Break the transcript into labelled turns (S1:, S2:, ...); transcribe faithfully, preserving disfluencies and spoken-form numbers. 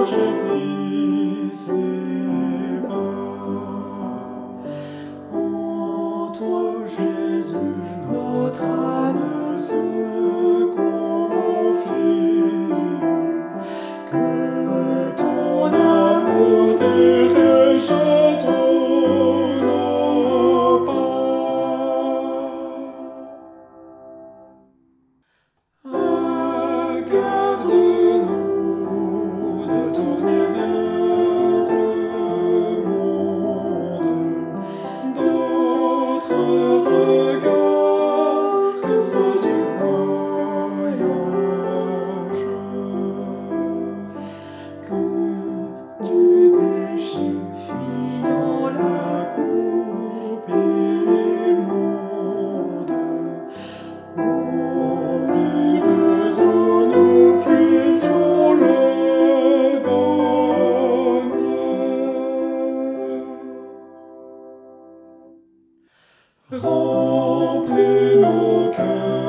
S1: gémissez bas. En toi, Jésus, notre âme se confie. Que ton amour dirige ton pas. Garde-nous de tourner vers le monde d'autres regards que ceux du voyage. Que du péché fuyant la coupe immonde, ô vives eaux, nous puissions le bonheur. Remplis nos cœurs